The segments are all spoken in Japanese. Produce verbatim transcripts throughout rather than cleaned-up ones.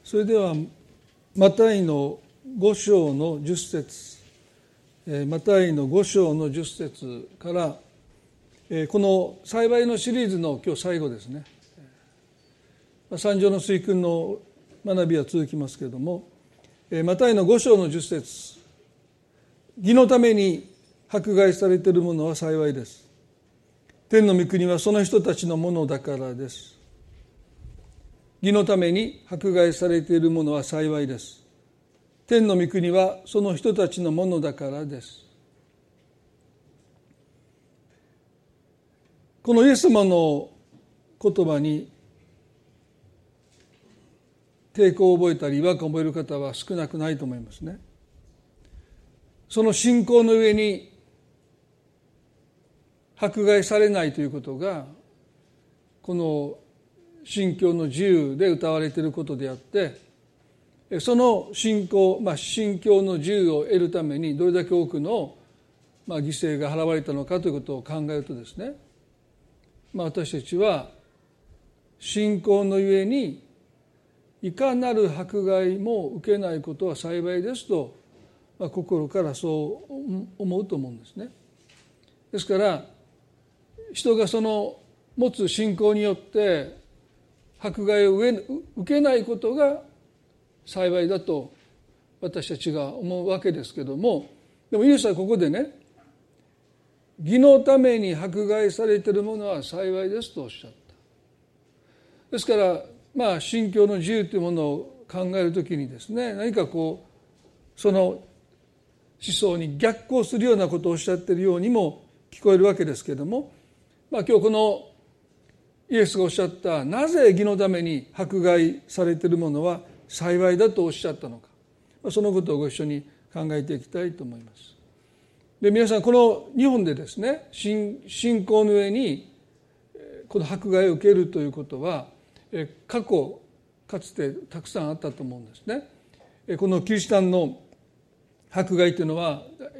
それではマタイのご章のじゅっ節、マタイのご章のじゅっ節からこの幸いのシリーズの今日最後ですね。三条の水訓の学びは続きますけれども、マタイのご章のじゅっ節、義のために迫害されている者は幸いです。天の御国はその人たちのものだからです。義のために迫害されている者は幸いです。天の御国はその人たちのものだからです。このイエス様の言葉に抵抗を覚えたり違和感を覚える方は少なくないと思いますね。その信仰の上に迫害されないということがこの信教の自由で謳われていることであって、その信仰、まあ、信教の自由を得るためにどれだけ多くの、まあ、犠牲が払われたのかということを考えるとですね、まあ、私たちは信仰のゆえにいかなる迫害も受けないことは幸いですと、まあ、心からそう思うと思うんですね。ですから人がその持つ信仰によって迫害を受けないことが幸いだと私たちが思うわけですけども、でもイエスはここでね、義のために迫害されているものは幸いですとおっしゃった。ですからまあ信教の自由というものを考えるときにですね、何かこうその思想に逆行するようなことをおっしゃっているようにも聞こえるわけですけれども、まあ今日このイエスがおっしゃったなぜ義のために迫害されているものは幸いだとおっしゃったのか、そのことをご一緒に考えていきたいと思います。で、皆さんこの日本でですね、信仰の上にこの迫害を受けるということは過去かつてたくさんあったと思うんですね。このキリシタンの迫害というのは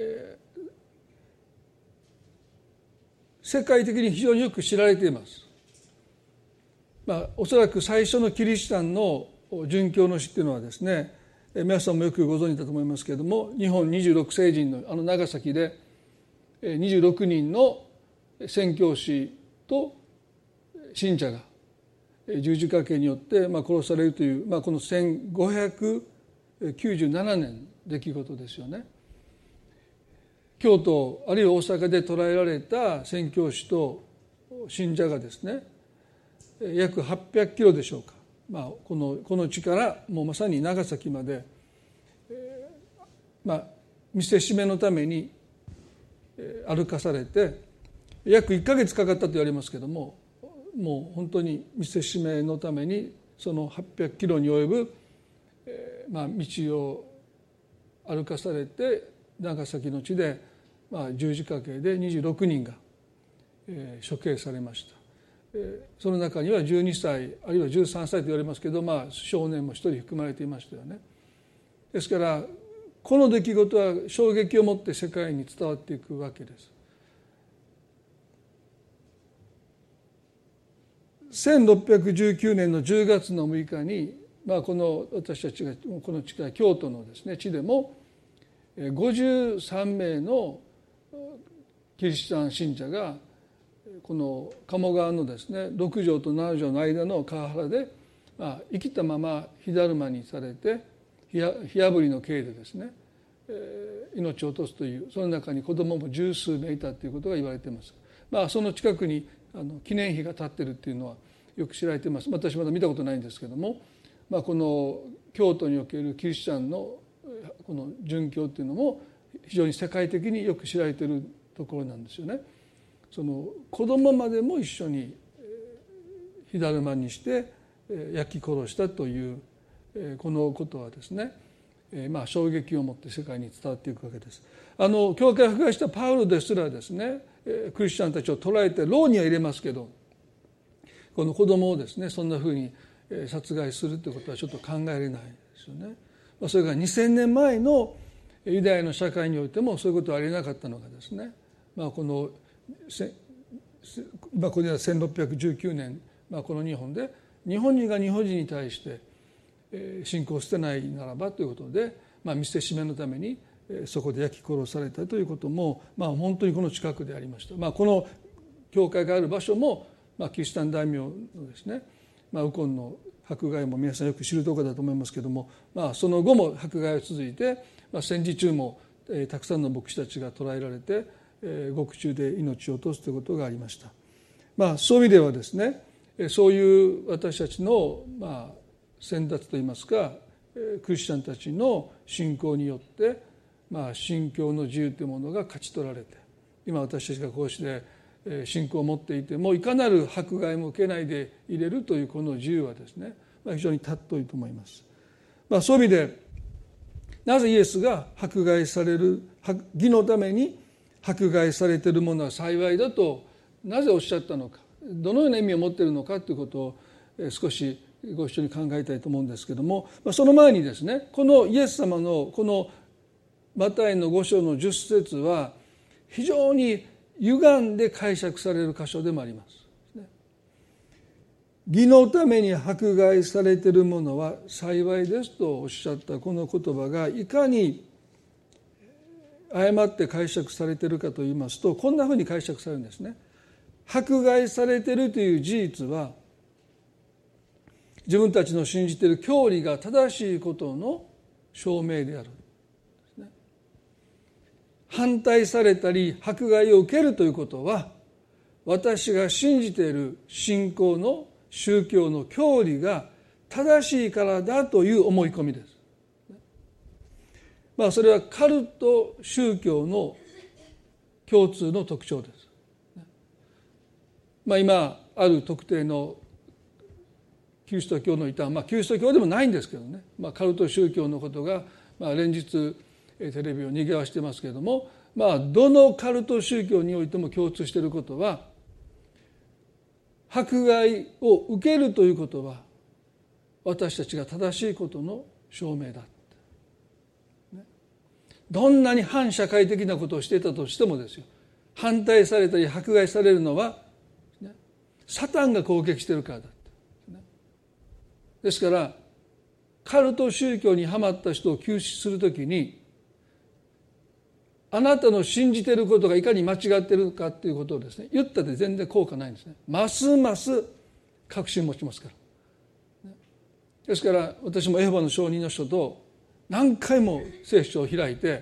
世界的に非常によく知られています。まあ、おそらく最初のキリシタンの殉教の死っていうのはですね、皆さんもよくご存知だと思いますけれども、日本にじゅうろく聖人のあの長崎でにじゅうろくにんの宣教師と信者が十字架刑によってまあ殺されるという、まあ、このせんごひゃくきゅうじゅうななねんの出来事ですよね。京都あるいは大阪で捕らえられた宣教師と信者がですね、約はっぴゃくキロでしょうか、まあ、このこの地からもうまさに長崎まで、えー、まあ見せしめのために歩かされて約いっかげつかかったと言われますけども、もう本当に見せしめのためにそのはっぴゃくキロに及ぶ、えーまあ、道を歩かされて長崎の地で、まあ、十字架刑でにじゅうろくにんが、えー、処刑されました。その中にはじゅうにさいあるいはじゅうさんさいと言われますけど、まあ、少年も一人含まれていましたよね。ですからこの出来事は衝撃を持って世界に伝わっていくわけです。せんろっぴゃくじゅうきゅうねんのじゅうがつのむいかに、まあ、この私たちがこの近い京都のですね地でもごじゅうさんめいのキリシタン信者がこの鴨川のですねろくじょうとななじょうの間の川原で、まあ、生きたまま火だるまにされて火あぶりの刑でですね、えー、命を落とすという、その中に子供も十数名いたということが言われています。まあ、その近くにあの記念碑が建っているというのはよく知られています。私まだ見たことないんですけども、まあ、この京都におけるキリシタンのこの殉教というのも非常に世界的によく知られているところなんですよね。その子供までも一緒に火だるまにして焼き殺したというこのことはですね、まあ衝撃を持って世界に伝わっていくわけです。あの教会を迫害したパウロですらですね、クリスチャンたちを捕らえて牢には入れますけど、この子供をですねそんなふうに殺害するということはちょっと考えられないですよね。それがにせんねんまえのユダヤの社会においてもそういうことはありえなかったのがですね、まあ、このこれはせんろっぴゃくじゅうきゅうねん、まあ、この日本で日本人が日本人に対して信仰を捨てないならばということで、まあ、見せしめのためにそこで焼き殺されたということも、まあ、本当にこの近くでありました。まあ、この教会がある場所も、まあ、キリシタン大名のですね、まあ、ウコンの迫害も皆さんよく知るところだと思いますけれども、まあ、その後も迫害が続いて、まあ、戦時中も、えー、たくさんの牧師たちが捕らえられて、えー、獄中で命を落とすということがありました。まあ、そういう意味ではですね、そういう私たちの、まあ、先達といいますかクリスチャンたちの信仰によって、まあ、信教の自由というものが勝ち取られて、今私たちがこうして信仰を持っていてもいかなる迫害も受けないでいれるというこの自由はですね、まあ、非常に尊いと思います。まあ、そういう意味でなぜイエスが迫害される義のために迫害されている者は幸いだとなぜおっしゃったのか、どのような意味を持っているのかということを少しご一緒に考えたいと思うんですけれども、その前にですね、このイエス様のこのマタイのご章のじゅっ節は非常に歪んで解釈される箇所でもあります。義のために迫害されている者は幸いですとおっしゃったこの言葉がいかに誤って解釈されているかといいますと、こんなふうに解釈されるんですね。迫害されているという事実は自分たちの信じている教理が正しいことの証明である。反対されたり迫害を受けるということは私が信じている信仰の宗教の教理が正しいからだという思い込みです。まあそれはカルト宗教の共通の特徴です。まあ今ある特定のキリスト教の異端、まあキリスト教でもないんですけどね、まあカルト宗教のことがまあ連日テレビを賑わしてますけれども、まあどのカルト宗教においても共通していることは、迫害を受けるということは私たちが正しいことの証明だ。どんなに反社会的なことをしていたとしてもですよ、反対されたり迫害されるのはサタンが攻撃しているからだ。ですからカルト宗教にはまった人を救出するときに、あなたの信じていることがいかに間違っているかということをですね言ったって全然効果ないんですね。ますます確信持ちますから。ですから私もエホバの証人の人と何回も聖書を開いて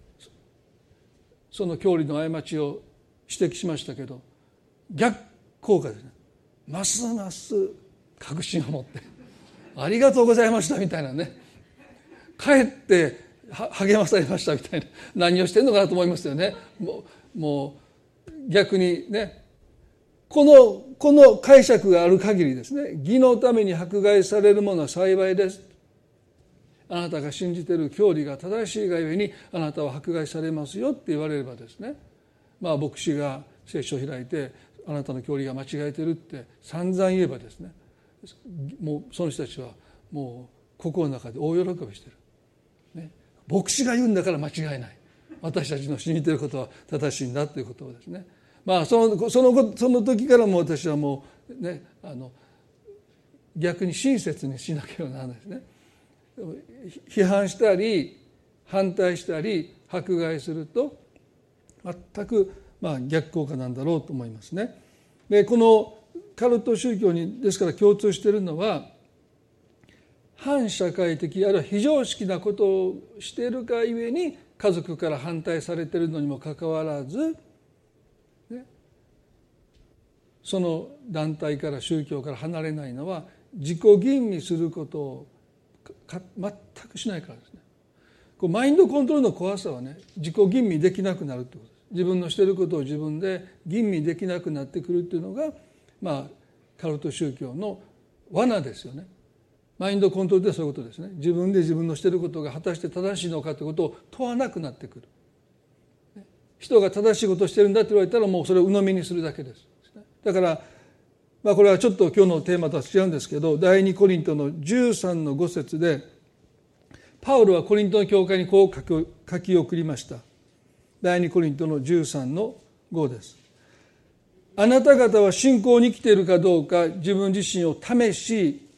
その教理の過ちを指摘しましたけど、逆効果ですね。ますます確信を持ってありがとうございましたみたいなね、かえって励まされましたみたいな、何をしてるのかなと思いますよね。もう、もう逆にね、このこの解釈がある限りですね、義のために迫害されるものは幸いです。あなたが信じている教理が正しいがゆえにあなたは迫害されますよって言われればですね、まあ牧師が聖書を開いてあなたの教理が間違えてるって散々言えばですね、もうその人たちはもう心の中で大喜びしてる。ね、牧師が言うんだから間違いない。私たちの信じていることは正しいんだということをですね。まあそのそのその時からも私はもうね、あの逆に親切にしなければならないですね。批判したり反対したり迫害すると全くまあ逆効果なんだろうと思いますね。でこのカルト宗教にですから共通しているのは、反社会的あるいは非常識なことをしているがゆえに家族から反対されているのにもかかわらず、ね、その団体から宗教から離れないのは自己吟味することを全くしないからですね。こうマインドコントロールの怖さはね、自己吟味できなくなるということです。自分のしていることを自分で吟味できなくなってくるというのが、まあカルト宗教の罠ですよね。マインドコントロールってそういうことですね。自分で自分のしていることが果たして正しいのかということを問わなくなってくる。人が正しいことをしているんだと言われたらもうそれを鵜呑みにするだけです。だから、まあ、これはちょっと今日のテーマとは違うんですけど、第二コリントのじゅうさんのご節でパウロはコリントの教会にこう書き送りました。第二コリントのじゅうさんのごです。あなた方は信仰に生きているかどうか自分自身を試し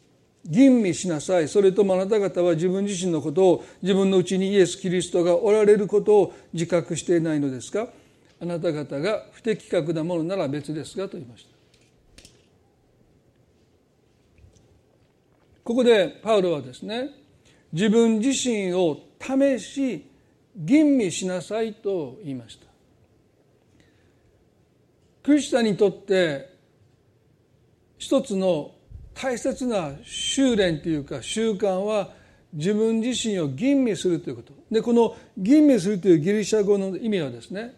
吟味しなさい。それともあなた方は自分自身のことを、自分のうちにイエス・キリストがおられることを自覚していないのですか。あなた方が不適格なものなら別ですがと言いました。ここでパウロはですね、自分自身を試し吟味しなさいと言いました。クリスチャンにとって一つの大切な修練というか習慣は、自分自身を吟味するということで、この吟味するというギリシャ語の意味はですね、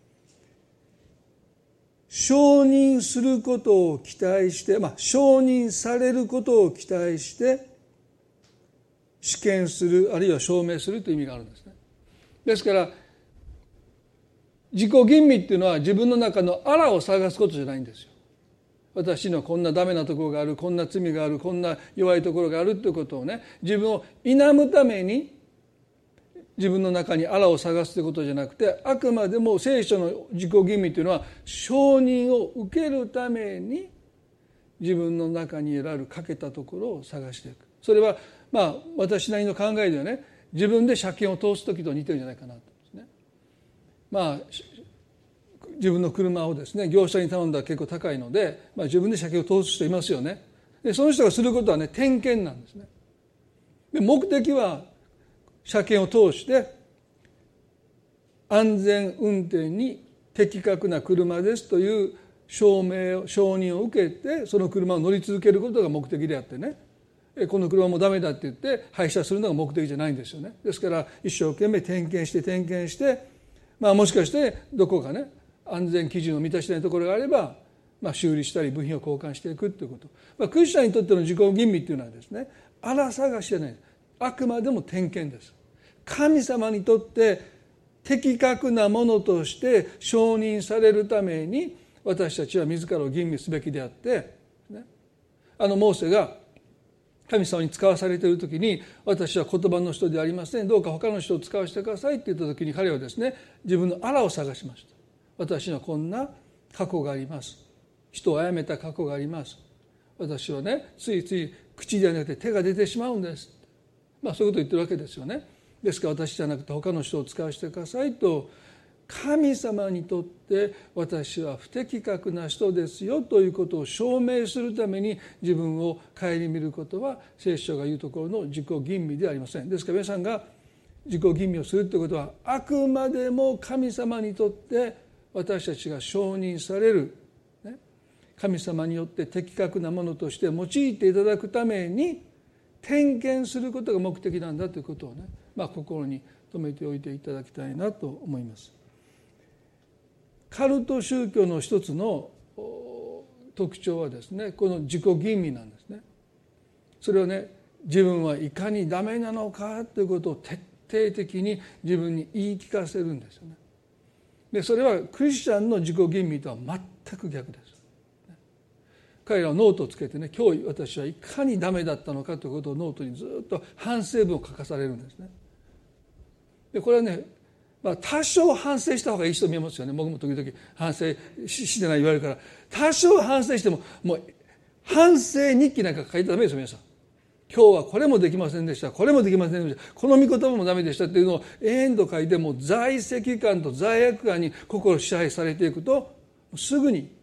承認することを期待して、まあ、承認されることを期待して試験する、あるいは証明するという意味があるんですね。ですから自己吟味っていうのは自分の中のあらを探すことじゃないんですよ。私のこんなダメなところがある、こんな罪がある、こんな弱いところがあるということをね、自分を否むために自分の中にあらを探すということじゃなくて、あくまでも聖書の自己吟味というのは承認を受けるために自分の中に得られる欠けたところを探していく。それはまあ私なりの考えではね、自分で車検を通すときと似てるんじゃないかなとですね。まあ自分の車をですね、業者に頼んだら結構高いので、まあ、自分で車検を通す人いますよね。でその人がすることはね、点検なんですね。で目的は車検を通して安全運転に的確な車ですという証明を承認を受けて、その車を乗り続けることが目的であってね、この車もダメだって言って廃車するのが目的じゃないんですよね。ですから一生懸命点検して点検して、まあもしかしてどこかね安全基準を満たしていないところがあれば、まあ、修理したり部品を交換していくということ、まあ、クリスチャンにとっての自己吟味というのはですね、あら探しじゃない、あくまでも点検です。神様にとって的確なものとして承認されるために私たちは自らを吟味すべきであって、ね、あのモーセが神様に使わされている時に、私は言葉の人ではありません、どうか他の人を使わせてくださいって言った時に、彼はですね、自分のあらを探しました。私にはこんな過去があります、人を殺めた過去があります、私はねついつい口ではなくて手が出てしまうんです、まあそういうことを言ってるわけですよね。ですから私じゃなくて他の人を使わせてくださいと、神様にとって私は不適格な人ですよということを証明するために自分を顧みることは聖書が言うところの自己吟味ではありません。ですから皆さんが自己吟味をするということは、あくまでも神様にとって私たちが承認される、ね、神様によって的確なものとして用いていただくために点検することが目的なんだということをね、まあ、心に留めておいていただきたいなと思います。カルト宗教の一つの特徴はですね、この自己吟味なんですね。それはね、自分はいかにダメなのかということを徹底的に自分に言い聞かせるんですよね。でそれはクリスチャンの自己吟味とは全く逆です。彼らはノートをつけてね、今日私はいかにダメだったのかということをノートにずっと反省文を書かされるんですね。でこれはね、まあ、多少反省した方がいい人見えますよね。僕も時々反省 し, してない言われるから、多少反省してももう反省日記なんか書いてダメですよ皆さん。今日はこれもできませんでした、これもできませんでした、この御言葉もダメでしたっていうのを永遠と書いて、もう在籍感と罪悪感に心支配されていくとすぐに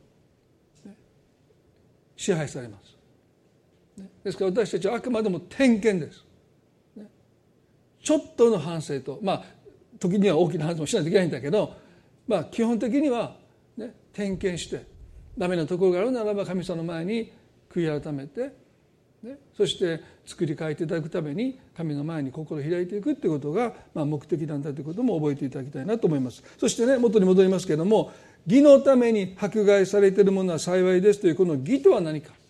支配されます。ですから私たちはあくまでも点検です。ちょっとの反省と、まあ時には大きな反省もしないといけないんだけど、まあ基本的には、ね、点検してダメなところがあるならば神様の前に悔い改めて、ね、そして作り変えていただくために神の前に心を開いていくということが、まあ、目的なんだということも覚えていただきたいなと思います。そしてね、元に戻りますけれども、義のために迫害されているものは幸いですというこの義とは何か、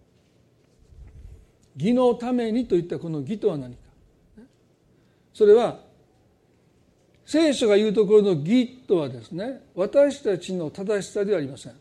義のためにといったこの義とは何か、それは聖書が言うところの義とはですね、私たちの正しさではありません。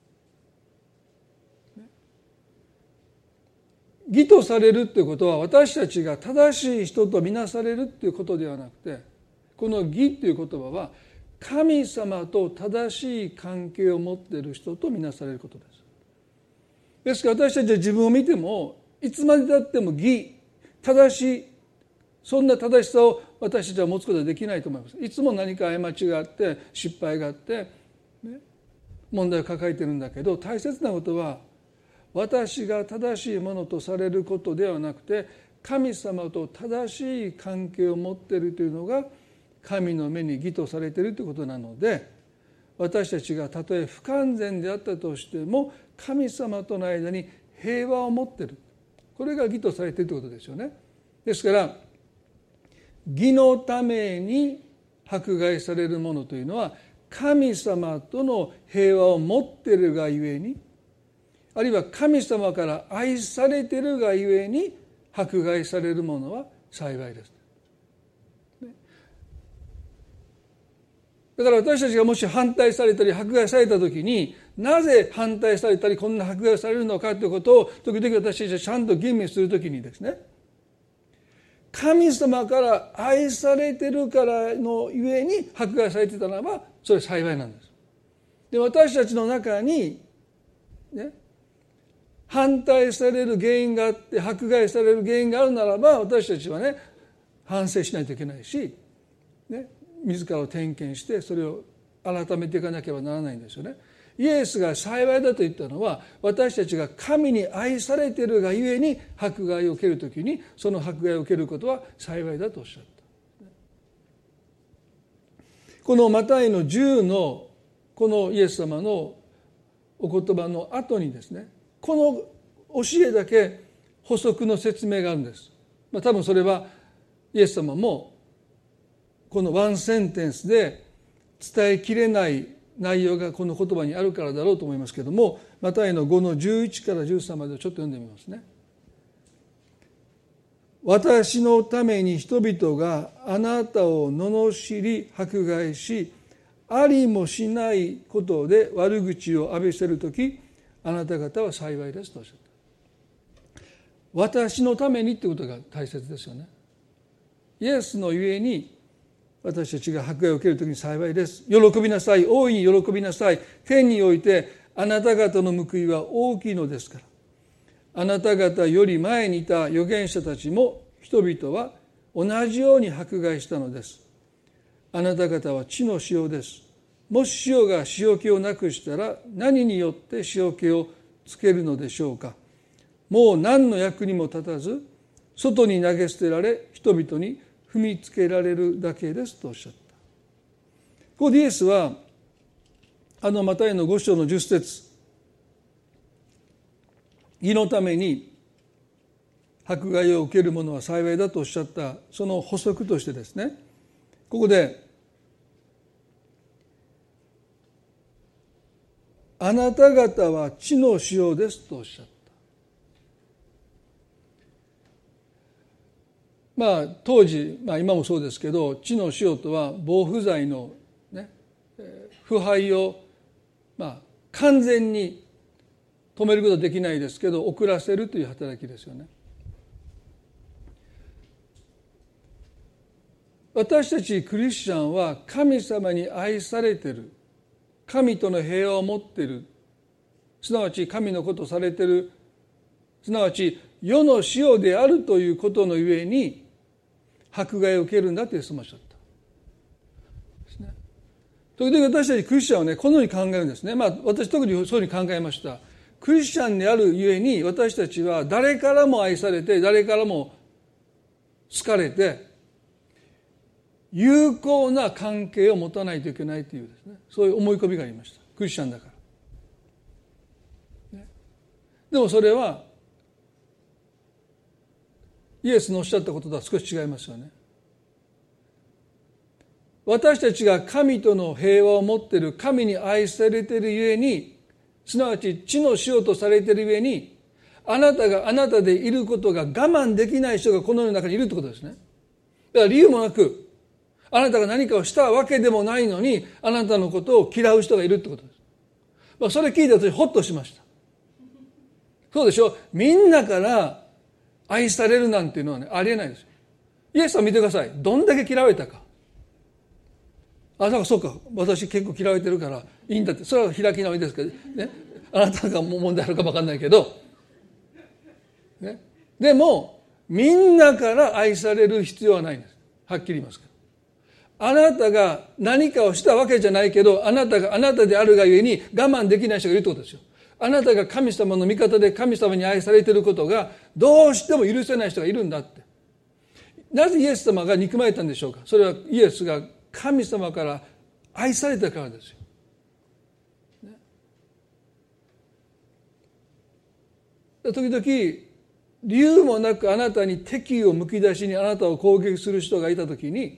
義とされるということは私たちが正しい人とみなされるということではなくて、この義という言葉は神様と正しい関係を持っている人とみなされることです。ですから私たちは自分を見てもいつまでたっても義、正しい、そんな正しさを私たちは持つことはできないと思います。いつも何か過ちがあって失敗があって、ね、問題を抱えているんだけど、大切なことは私が正しいものとされることではなくて、神様と正しい関係を持っているというのが神の目に義とされているということなので、私たちがたとえ不完全であったとしても神様との間に平和を持っている、これが義とされているということですよね。ですから義のために迫害されるものというのは神様との平和を持っているがゆえに、あるいは神様から愛されているがゆえに迫害されるものは幸いです。だから私たちがもし反対されたり迫害されたときに、なぜ反対されたりこんな迫害されるのかということを時々私たちはちゃんと吟味するときにですね、神様から愛されてるからのゆえに迫害されていたならばそれは幸いなんです。で、私たちの中にね、反対される原因があって迫害される原因があるならば、私たちはね反省しないといけないし、ね、自らを点検してそれを改めていかなければならないんですよね。イエスが幸いだと言ったのは、私たちが神に愛されているがゆえに迫害を受けるときにその迫害を受けることは幸いだとおっしゃった。このマタイのじゅうのこのイエス様のお言葉の後にですね、この教えだけ補足の説明があるんです。まあ、多分それはイエス様もこのワンセンテンスで伝えきれない内容がこの言葉にあるからだろうと思いますけれども、マタイのごのじゅういちからじゅうさんまでをちょっと読んでみますね。私のために人々があなたを罵り迫害し、ありもしないことで悪口を浴びせるとき、あなた方は幸いですとおっしゃった。私のためにということが大切ですよね。イエスのゆえに私たちが迫害を受けるときに幸いです。喜びなさい、大いに喜びなさい。天においてあなた方の報いは大きいのですから。あなた方より前にいた預言者たちも人々は同じように迫害したのです。あなた方は地の塩です。もし塩が塩気をなくしたら何によって塩気をつけるのでしょうか。もう何の役にも立たず、外に投げ捨てられ人々に踏みつけられるだけですとおっしゃった。ここでイエスはあのマタイのご章のじゅっ節、義のために迫害を受ける者は幸いだとおっしゃったその補足としてですね、ここであなた方は地の塩ですとおっしゃった。まあ当時、まあ、今もそうですけど、地の塩とは防腐剤の、ね、腐敗を、まあ、完全に止めることはできないですけど遅らせるという働きですよね。私たちクリスチャンは神様に愛されている、神との平和を持っている、すなわち神のことをされている、すなわち世の塩であるということのゆえに迫害を受けるんだとイエスもおっしゃったですね。時々私たちクリスチャンはねこのように考えるんですね。まあ私特にそういうふうに考えました。クリスチャンであるゆえに私たちは誰からも愛されて誰からも好かれて有効な関係を持たないといけないというですね、そういう思い込みがありました。クリスチャンだから、ね、でもそれはイエスのおっしゃったこととは少し違いますよね。私たちが神との平和を持っている、神に愛されているゆえに、すなわち地の塩とされているゆえに、あなたがあなたでいることが我慢できない人がこの世の中にいるってことですね。だから理由もなく、あなたが何かをしたわけでもないのにあなたのことを嫌う人がいるってことです。まあ、それ聞いて私ホッとしました。そうでしょ。みんなから愛されるなんていうのはねありえないですよ。イエスさん見てください。どんだけ嫌われたか。あ、だからそうか、私結構嫌われてるからいいんだって、それは開き直りですけどね。あなたが問題あるかも分かんないけど、ね、 でもみんなから愛される必要はないんです。はっきり言いますけど、あなたが何かをしたわけじゃないけど、あなたがあなたであるがゆえに我慢できない人がいるってことですよ。あなたが神様の味方で神様に愛されていることがどうしても許せない人がいるんだって。なぜイエス様が憎まれたんでしょうか。それはイエスが神様から愛されたからですよ。ね、時々理由もなくあなたに敵意をむき出しにあなたを攻撃する人がいたときに、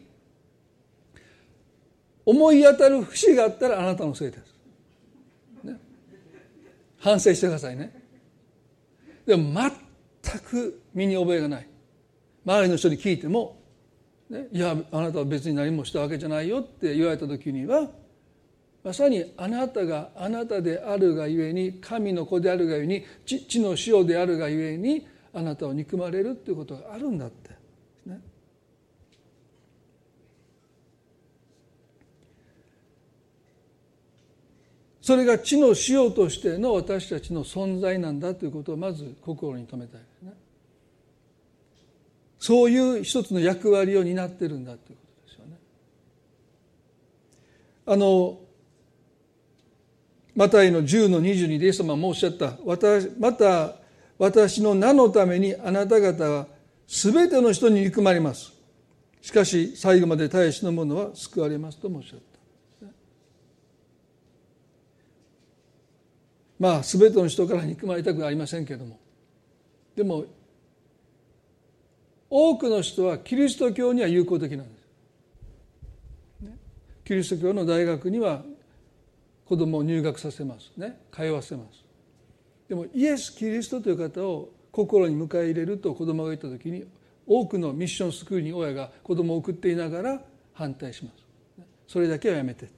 思い当たる節があったらあなたのせいです、ね、反省してくださいね。でも全く身に覚えがない、周りの人に聞いても、ね、いやあなたは別に何もしたわけじゃないよって言われた時には、まさにあなたがあなたであるがゆえに、神の子であるがゆえに、地の塩であるがゆえにあなたを憎まれるっていうことがあるんだって、ね、それが地の塩としての私たちの存在なんだということをまず心に留めたいですね。そういう一つの役割を担っているんだということですよね。あのマタイのじゅうのにじゅうにでイエス様もおっしゃった。また私の名のためにあなた方はすべての人に憎まれます。しかし最後まで耐え忍ぶ者は救われますともおっしゃった。まあすべての人から憎まれたくはありませんけれども、でも多くの人はキリスト教には友好的なんです。キリスト教の大学には子供を入学させますね、通わせます。でもイエス・キリストという方を心に迎え入れると子供が言った時に、多くのミッションスクールに親が子供を送っていながら反対します。それだけはやめて。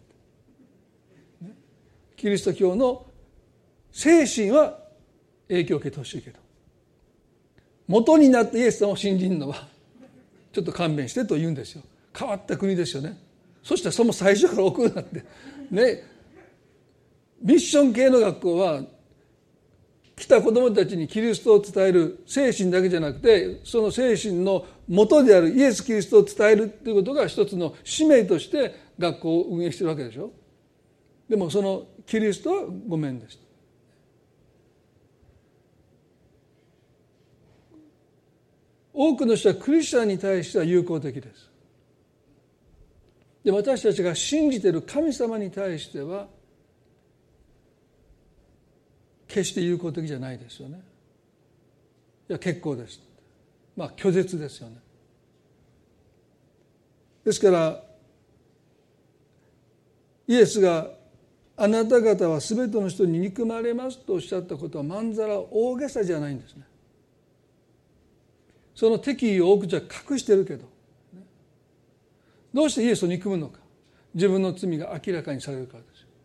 キリスト教の精神は影響を受けてほしいけど、元になってイエス様を信じるのはちょっと勘弁してと言うんですよ。変わった国ですよね。そしたらその最初から送るなってね。ミッション系の学校は来た子どもたちにキリストを伝える精神だけじゃなくて、その精神の元であるイエス・キリストを伝えるということが一つの使命として学校を運営しているわけでしょ。でもそのキリストはごめんです。多くの人はクリスチャンに対しては友好的です。で、私たちが信じている神様に対しては決して友好的じゃないですよね。いや結構です。まあ拒絶ですよね。ですからイエスがあなた方はすべての人に憎まれますとおっしゃったことはまんざら大げさじゃないんですね。その敵意を多くじゃ隠してるけど、どうしてイエスを憎むのか。自分の罪が明らかにされるからですよ。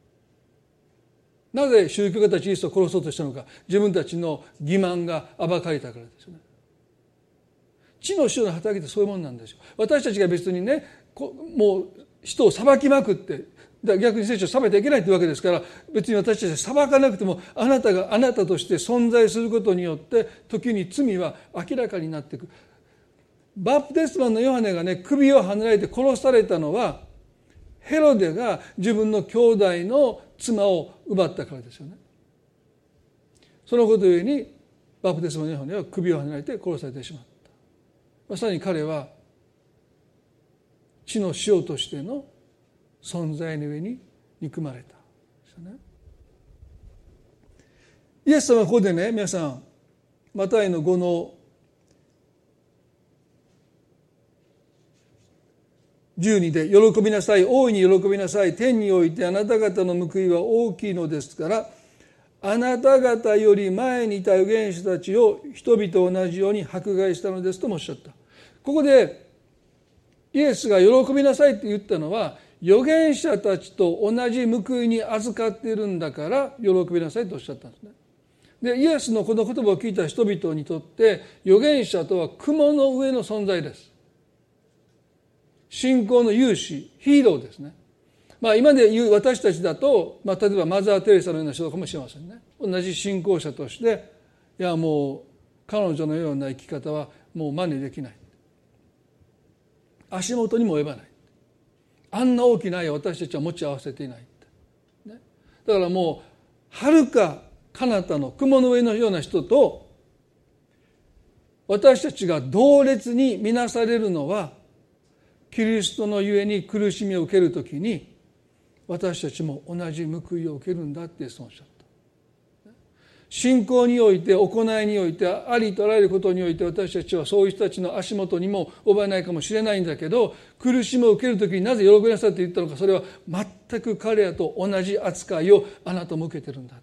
なぜ宗教家たちイエスを殺そうとしたのか。自分たちの欺瞞が暴かれたからですよね。地の塩の働きってそういうものなんですよ。私たちが別にね、もう人を裁きまくって逆に聖書を裁いてはいけないというわけですから、別に私たちは裁かなくてもあなたがあなたとして存在することによって時に罪は明らかになっていく。バプテスマのヨハネがね、首をはねられて殺されたのはヘロデが自分の兄弟の妻を奪ったからですよね。そのことゆえにバプテスマのヨハネは首をはねられて殺されてしまった。まさに彼は地の塩としての存在の上に憎まれたですよね。イエス様はここでね、皆さんマタイのごのじゅうにで、喜びなさい、大いに喜びなさい、天においてあなた方の報いは大きいのですから、あなた方より前にいた預言者たちを人々と同じように迫害したのですともおっしゃった。ここでイエスが喜びなさいと言ったのは、預言者たちと同じ報いに預かっているんだから喜びなさいとおっしゃったんですね。で、イエスのこの言葉を聞いた人々にとって預言者とは雲の上の存在です。信仰の勇士、ヒーローですね。まあ今で言う私たちだと、まあ、例えばマザー・テレサのような人かもしれませんね。同じ信仰者として、いやもう彼女のような生き方はもう真似できない。足元にも及ばない。あんな大きな愛を私たちは持ち合わせていない、ね、だからもう遥か彼方の雲の上のような人と私たちが同列に見なされるのは、キリストのゆえに苦しみを受けるときに私たちも同じ報いを受けるんだってそうおっしゃった。信仰において、行いにおいて、ありとあらゆることにおいて私たちはそういう人たちの足元にも及ばないかもしれないんだけど、苦しみを受けるときになぜ喜びなさいと言ったのか、それは全く彼らと同じ扱いをあなたも受けてるんだ。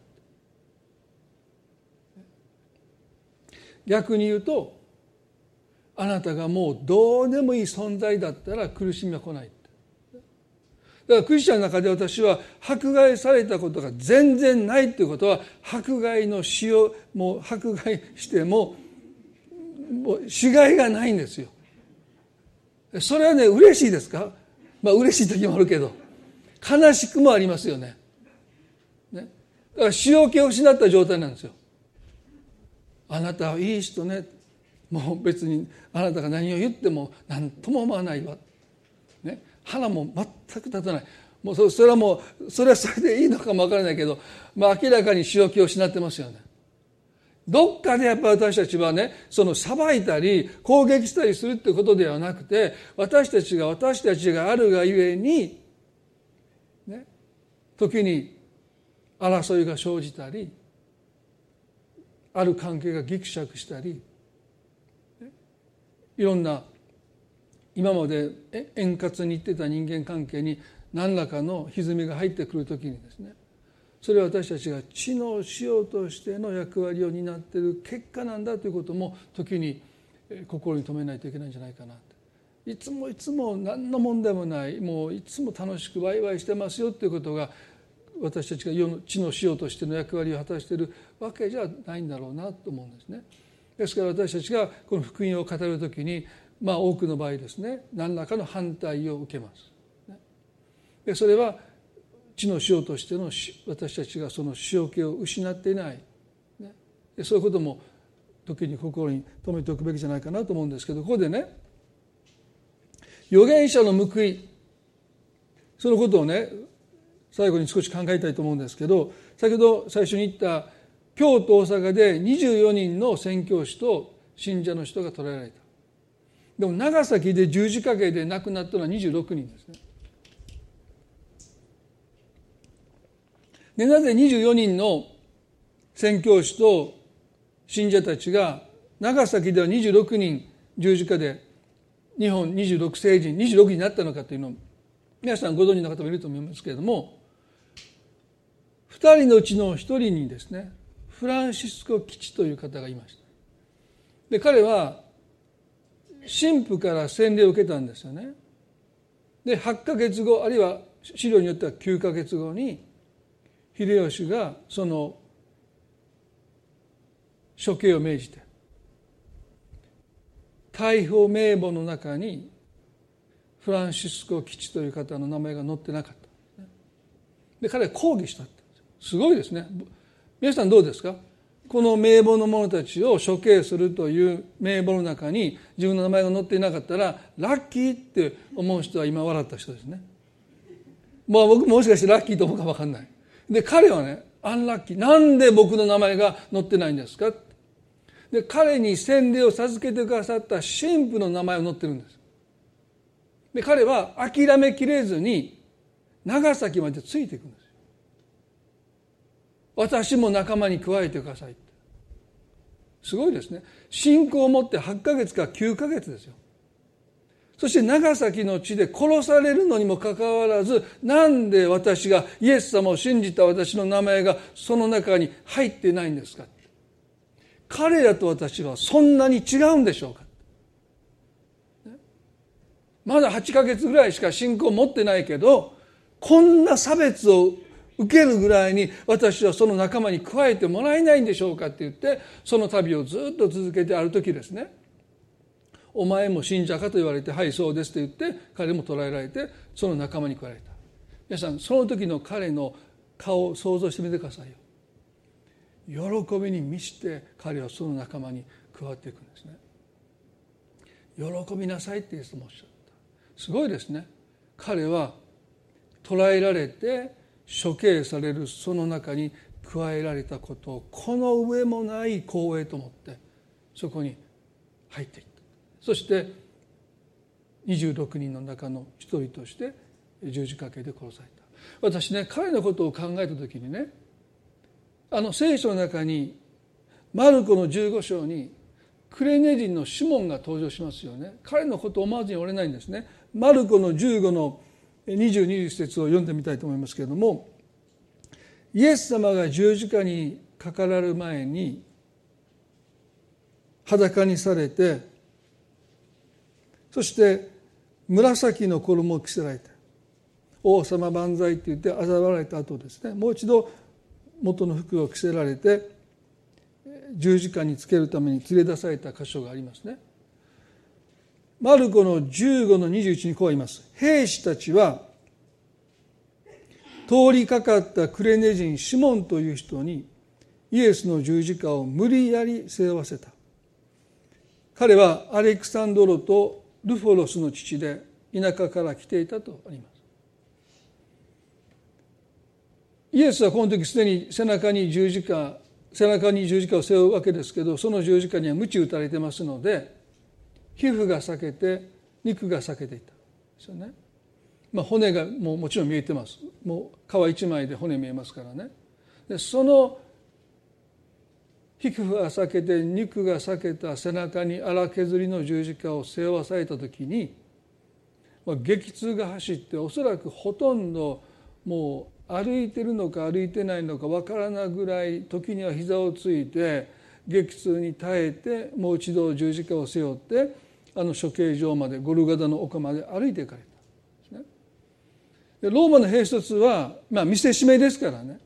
逆に言うと、あなたがもうどうでもいい存在だったら苦しみは来ない。だからクリスチャンの中で私は迫害されたことが全然ないということは、迫害のしよう、もう迫害してももうしがいがないんですよ。それはね、嬉しいですか？まあ嬉しい時もあるけど悲しくもありますよね。ね、だから塩気を失った状態なんですよ。あなたはいい人ね、もう別にあなたが何を言っても何とも思わないわ、ね、腹も全く立たない。もうそれはもうそれはそれでいいのかもわからないけど、まあ、明らかに塩気を失ってますよね。どっかでやっぱり私たちはね、その裁いたり攻撃したりするってことではなくて、私たちが私たちがあるがゆえに、ね、時に争いが生じたり、ある関係がギクシャクしたり、いろんな今まで円滑にいってた人間関係に何らかの歪みが入ってくるときにですね、それは私たちが知能しようとしての役割を担っている結果なんだということも時に心に留めないといけないんじゃないかな。いつもいつも何の問題もない、もういつも楽しくワイワイしてますよということが私たちが世の知能しようとしての役割を果たしているわけじゃないんだろうなと思うんですね。ですから私たちがこの福音を語るときに、まあ多くの場合ですね、何らかの反対を受けます。でそれは知のしようとしての私たちがその塩気を失っていない、ね、でそういうことも時に心に留めておくべきじゃないかなと思うんですけど、ここでね、預言者の報い、そのことをね最後に少し考えたいと思うんですけど、先ほど最初に言った京都大阪でにじゅうよにんの宣教師と信者の人が捕らえられた。でも長崎で十字架刑で亡くなったのはにじゅうろくにんですね。でなぜにじゅうよにんの宣教師と信者たちが長崎ではにじゅうろくにん十字架で日本にじゅうろく聖人にじゅうろくになったのかというのを皆さんご存知の方もいると思いますけれども、ふたりのうちのひとりにですね、フランシスコ吉という方がいました。で彼は神父から洗礼を受けたんですよね。ではちかげつご、あるいは資料によってはきゅうかげつごに秀吉がその処刑を命じて、逮捕名簿の中にフランシスコ吉という方の名前が載ってなかった。で彼は抗議した。すごいですね。皆さんどうですか？この名簿の者たちを処刑するという名簿の中に自分の名前が載っていなかったらラッキーって思う人は今笑った人ですね。まあ僕もしかしてラッキーと思うか分かんない。で彼はね、アンラッキー、なんで僕の名前が載ってないんですか？で彼に洗礼を授けてくださった神父の名前を載ってるんです。で彼は諦めきれずに長崎までついていくんです。私も仲間に加えてください。すごいですね。信仰を持ってはちかげつかきゅうかげつですよ。そして長崎の地で殺されるのにもかかわらず、なんで私がイエス様を信じた私の名前がその中に入っていないんですか？彼らと私はそんなに違うんでしょうか？まだはちかげつぐらいしか信仰を持ってないけど、こんな差別を受けるぐらいに私はその仲間に加えてもらえないんでしょうかって言って、その旅をずっと続けて、ある時ですね、お前も信者かと言われて、はいそうですと言って彼も捕らえられて、その仲間に加えられた。皆さんその時の彼の顔を想像してみてくださいよ。喜びに満ちて彼はその仲間に加わっていくんですね。喜びなさいってイエスもおっしゃった。すごいですね。彼は捕らえられて処刑されるその中に加えられたことをこの上もない光栄と思ってそこに入っていった。そしてにじゅうろくにんの中の一人として十字架で殺された。私ね、彼のことを考えた時にね、あの聖書の中にマルコのじゅうご章にクレネ人のシモンが登場しますよね。彼のことを思わずにおれないんですね。マルコのじゅうごのにじゅうに節を読んでみたいと思いますけれども、イエス様が十字架にかかられる前に裸にされて、そして紫の衣を着せられて、王様万歳って言って嘲笑われた後ですね、もう一度元の服を着せられて十字架につけるために連れ出された箇所がありますね。マルコのじゅうごのにじゅういちにこう言います。兵士たちは通りかかったクレネ人シモンという人にイエスの十字架を無理やり背負わせた。彼はアレクサンドロとルフォロスの父で田舎から来ていたとあります。イエスはこの時すでに背中に十字架背中に十字架を背負うわけですけど、その十字架には鞭打たれてますので皮膚が裂けて肉が裂けていたですよね。まあ、骨がもうもちろん見えてます。もう皮一枚で骨見えますからね。でその皮膚が裂けて肉が裂けた背中に荒削りの十字架を背負わされた時に、まあ、激痛が走っておそらくほとんどもう歩いてるのか歩いてないのか分からないぐらい、時には膝をついて激痛に耐えてもう一度十字架を背負ってあの処刑場までゴルガダの丘まで歩いていかれたんですね。でローマの兵一つは、まあ、見せしめですからね、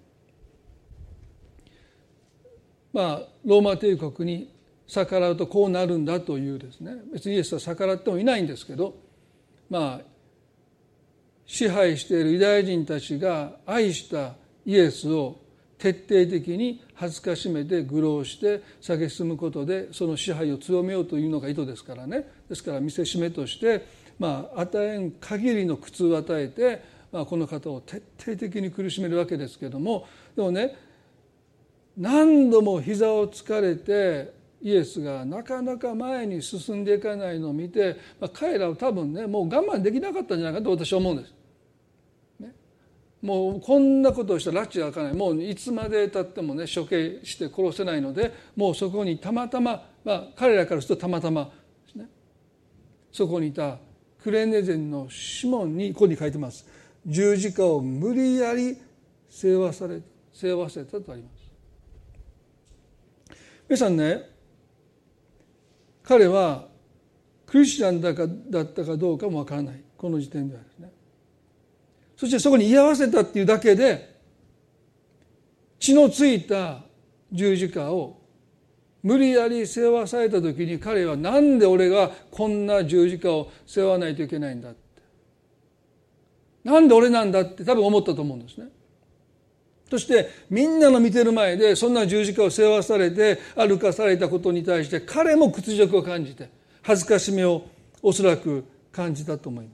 まあ、ローマ帝国に逆らうとこうなるんだというですね、別にイエスは逆らってもいないんですけど、まあ支配しているユダヤ人たちが愛したイエスを徹底的に恥ずかしめて愚弄して蔑むことでその支配を強めようというのが意図ですからね。ですから見せしめとして、まあ、与えん限りの苦痛を与えて、まあ、この方を徹底的に苦しめるわけですけども、でもね、何度も膝をつかれてイエスがなかなか前に進んでいかないのを見て、まあ、彼らは多分ねもう我慢できなかったんじゃないかと私は思うんです、ね、もうこんなことをしたら拉致が開かない、もういつまでたってもね処刑して殺せないので、もうそこにたまたま、まあ、彼らからするとたまたまですね、そこにいたクレネ人のシモンにここに書いてます。十字架を無理やり背負わされ背負わせたとあります。皆さんね、彼はクリスチャンだかだったかどうかもわからない、この時点ではですね。そしてそこに居合わせたっていうだけで血のついた十字架を無理やり背負わされた時に、彼はなんで俺がこんな十字架を背負わないといけないんだって、なんで俺なんだって多分思ったと思うんですね。そしてみんなの見てる前でそんな十字架を背負わされて歩かされたことに対して彼も屈辱を感じて恥ずかしめをおそらく感じたと思います。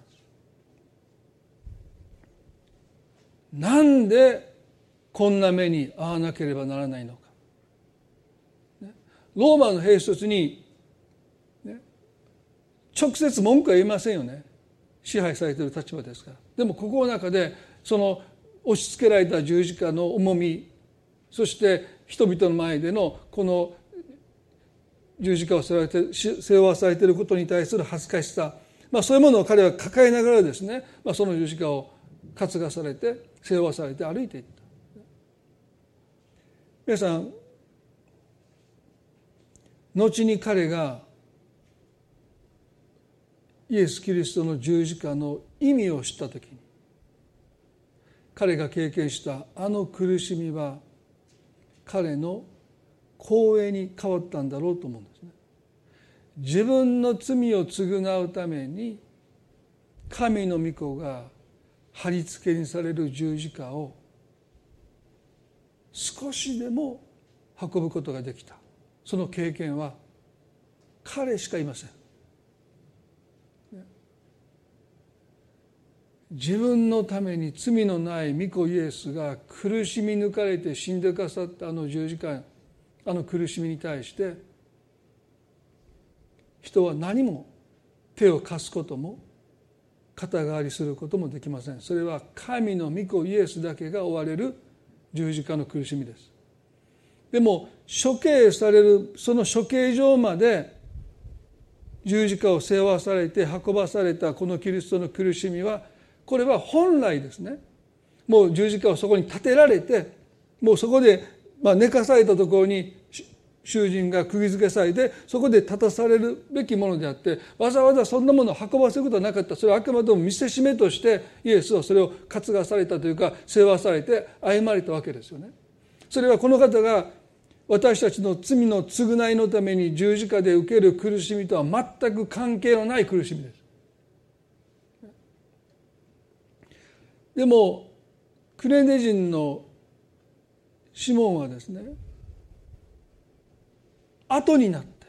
なんでこんな目に遭わなければならないのか、ね、ローマの兵一つに、ね、直接文句は言いませんよね。支配されている立場ですから。でもここの中でその押し付けられた十字架の重み、そして人々の前でのこの十字架を背負わされていることに対する恥ずかしさ、まあ、そういうものを彼は抱えながらですね、まあ、その十字架を担がされて背負わされて歩いていった。皆さん、後に彼がイエス・キリストの十字架の意味を知ったときに、彼が経験したあの苦しみは彼の光栄に変わったんだろうと思うんですね。自分の罪を償うために神の御子が貼り付けにされる十字架を少しでも運ぶことができた、その経験は彼しかいません。自分のために罪のない御子イエスが苦しみ抜かれて死んでくださったあの十字架、あの苦しみに対して人は何も手を貸すことも肩代わりすることもできません。それは神の御子イエスだけが追われる十字架の苦しみです。でも処刑されるその処刑場まで十字架を背負わされて運ばされたこのキリストの苦しみは、これは本来ですね、もう十字架をそこに立てられて、もうそこでまあ寝かされたところに囚人が釘付けされてそこで立たされるべきものであって、わざわざそんなものを運ばせることはなかった。それはあくまでも見せしめとしてイエスはそれを担がされたというか背負わされて歩まれたわけですよね。それはこの方が私たちの罪の償いのために十字架で受ける苦しみとは全く関係のない苦しみです。でもクレネ人のシモンはですね、後になって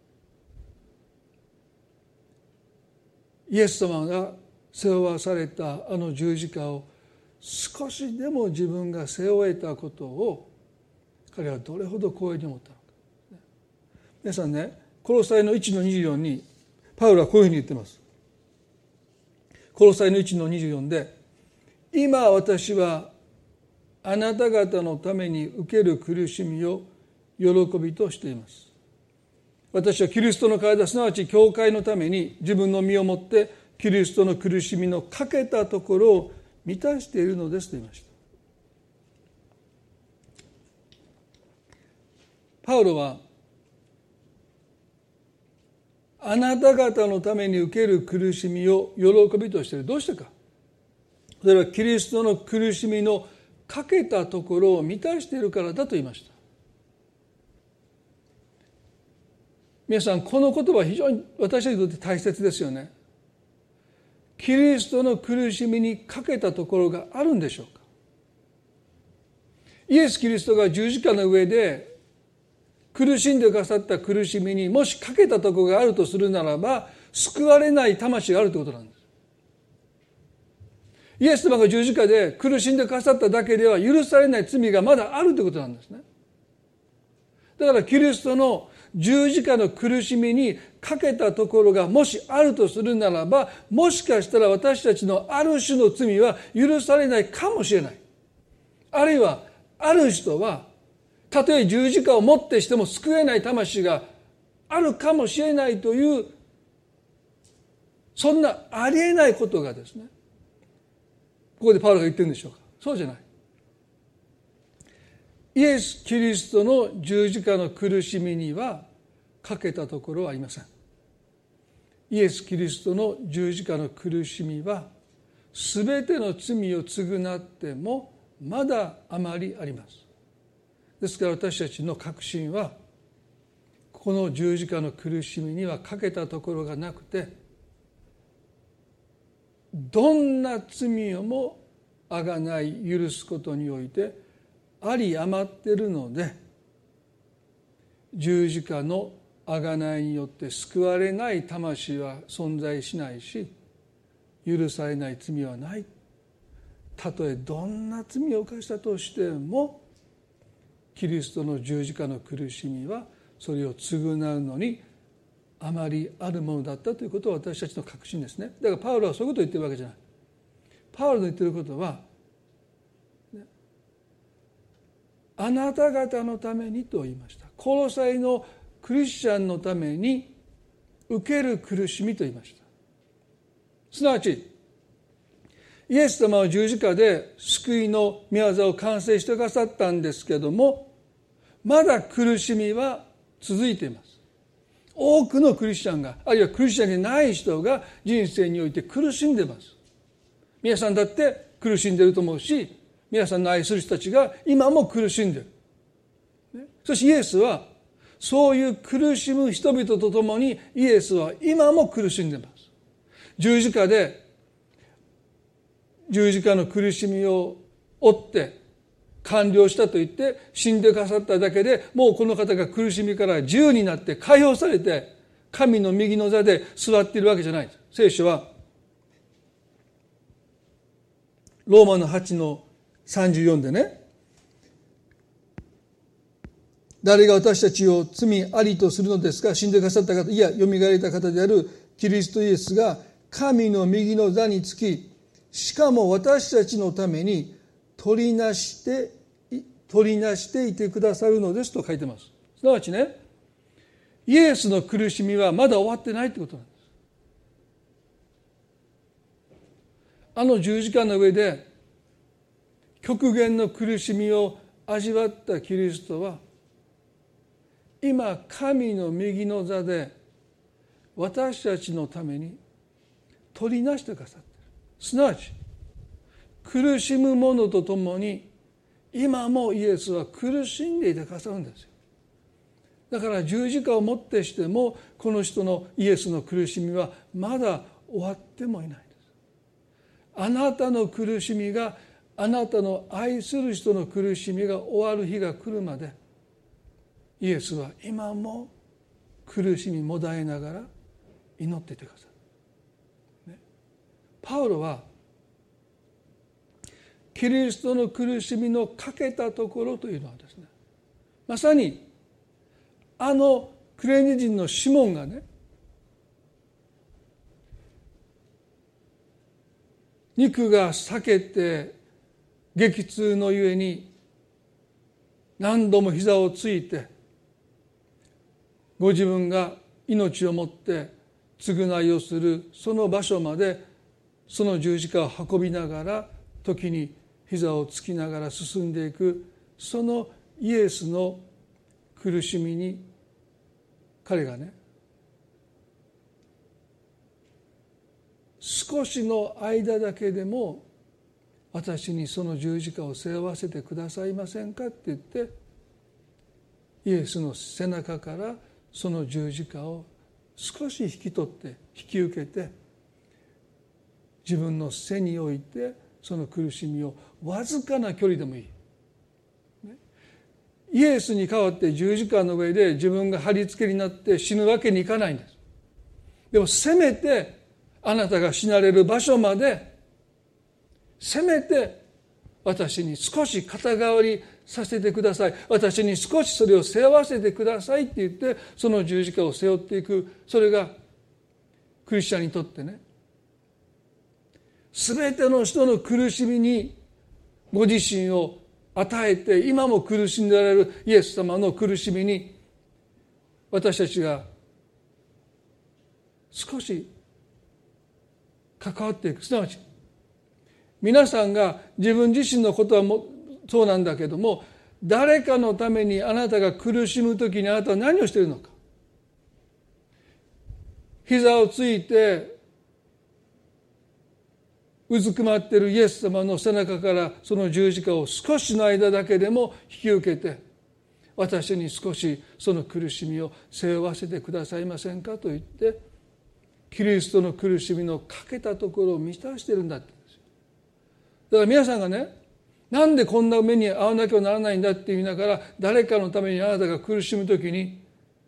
イエス様が背負わされたあの十字架を少しでも自分が背負えたことを彼はどれほど光栄に思ったのか。皆さんね、コロサイのいちのにじゅうよんにパウロはこういうふうに言ってます。コロサイのいちのにじゅうよんで、今私はあなた方のために受ける苦しみを喜びとしています。私はキリストの体、すなわち教会のために自分の身をもってキリストの苦しみのかけたところを満たしているのですと言いました。パウロはあなた方のために受ける苦しみを喜びとしている。どうしてか。それはキリストの苦しみのかけたところを満たしているからだと言いました。皆さん、この言葉は非常に私たちにとって大切ですよね。キリストの苦しみにかけたところがあるんでしょうか。イエス・キリストが十字架の上で苦しんでくださった苦しみにもしかけたところがあるとするならば、救われない魂があるということなんです。イエス様が十字架で苦しんでくださっただけでは許されない罪がまだあるということなんですね。だからキリストの十字架の苦しみにかけたところがもしあるとするならば、もしかしたら私たちのある種の罪は許されないかもしれない。あるいはある人はたとえ十字架をもってしても救えない魂があるかもしれないという、そんなありえないことがですね、ここでパウロが言ってるんでしょうか。そうじゃない。イエス・キリストの十字架の苦しみにはかけたところはありません。イエス・キリストの十字架の苦しみはすべての罪を償ってもまだあまりあります。ですから私たちの確信は、この十字架の苦しみにはかけたところがなくて、どんな罪をもあがない許すことにおいてあり余っているので、十字架のあがないによって救われない魂は存在しないし、許されない罪はない。たとえどんな罪を犯したとしても、キリストの十字架の苦しみはそれを償うのにあまりあるものだったということは私たちの確信ですね。だからパウロはそういうことを言ってるわけじゃない。パウロの言ってることは、あなた方のためにと言いました。コロサイのクリスチャンのために受ける苦しみと言いました。すなわちイエス様は十字架で救いの御業を完成してくださったんですけども、まだ苦しみは続いています。多くのクリスチャンが、あるいはクリスチャンでない人が人生において苦しんでいます。皆さんだって苦しんでいると思うし、皆さんの愛する人たちが今も苦しんでいる、ね、そしてイエスはそういう苦しむ人々と共にイエスは今も苦しんでいます。十字架で十字架の苦しみを負って完了したと言って死んでくださっただけで、もうこの方が苦しみから自由になって解放されて神の右の座で座っているわけじゃないです。聖書はローマのはちのさんじゅうよんでね、誰が私たちを罪ありとするのですか。死んでくださった方、いやよみがえった方であるキリストイエスが神の右の座につき、しかも私たちのために取りなして取りなしていてくださるのですと書いてます。すなわちね、イエスの苦しみはまだ終わってないってことなんです。あの十字架の上で極限の苦しみを味わったキリストは、今神の右の座で私たちのために取りなしてくださっている。すなわち苦しむ者とともに今もイエスは苦しんでいてくださるんですよ。だから十字架をもってしてもこの人のイエスの苦しみはまだ終わってもいないんです。あなたの苦しみが、あなたの愛する人の苦しみが終わる日が来るまで、イエスは今も苦しみもだえながら祈っていてくださる、ね、パウロはキリストの苦しみの欠けたところというのはですね、まさにあのクレネ人のシモンがね、肉が裂けて激痛のゆえに何度も膝をついて、ご自分が命をもって償いをするその場所までその十字架を運びながら、時に膝をつきながら進んでいく、そのイエスの苦しみに彼がね、少しの間だけでも私にその十字架を背負わせてくださいませんかって言って、イエスの背中からその十字架を少し引き取って引き受けて、自分の背に置いてその苦しみをわずかな距離でもいい、ね、イエスに代わって十字架の上で自分が貼り付けになって死ぬわけにいかないんです。でもせめてあなたが死なれる場所まで、せめて私に少し肩代わりさせてください、私に少しそれを背負わせてくださいって言って、その十字架を背負っていく。それがクリスチャンにとってね、すべての人の苦しみにご自身を与えて、今も苦しんでおられるイエス様の苦しみに私たちが少し関わっていく。すなわち皆さんが自分自身のことはもそうなんだけども、誰かのためにあなたが苦しむときにあなたは何をしているのか。膝をついてうずくまっているイエス様の背中からその十字架を少しの間だけでも引き受けて、私に少しその苦しみを背負わせてくださいませんかと言って、キリストの苦しみの欠けたところを満たしているんだって言うんですよ。だから皆さんがね、なんでこんな目に遭わなきゃならないんだって言いながら、誰かのためにあなたが苦しむときに、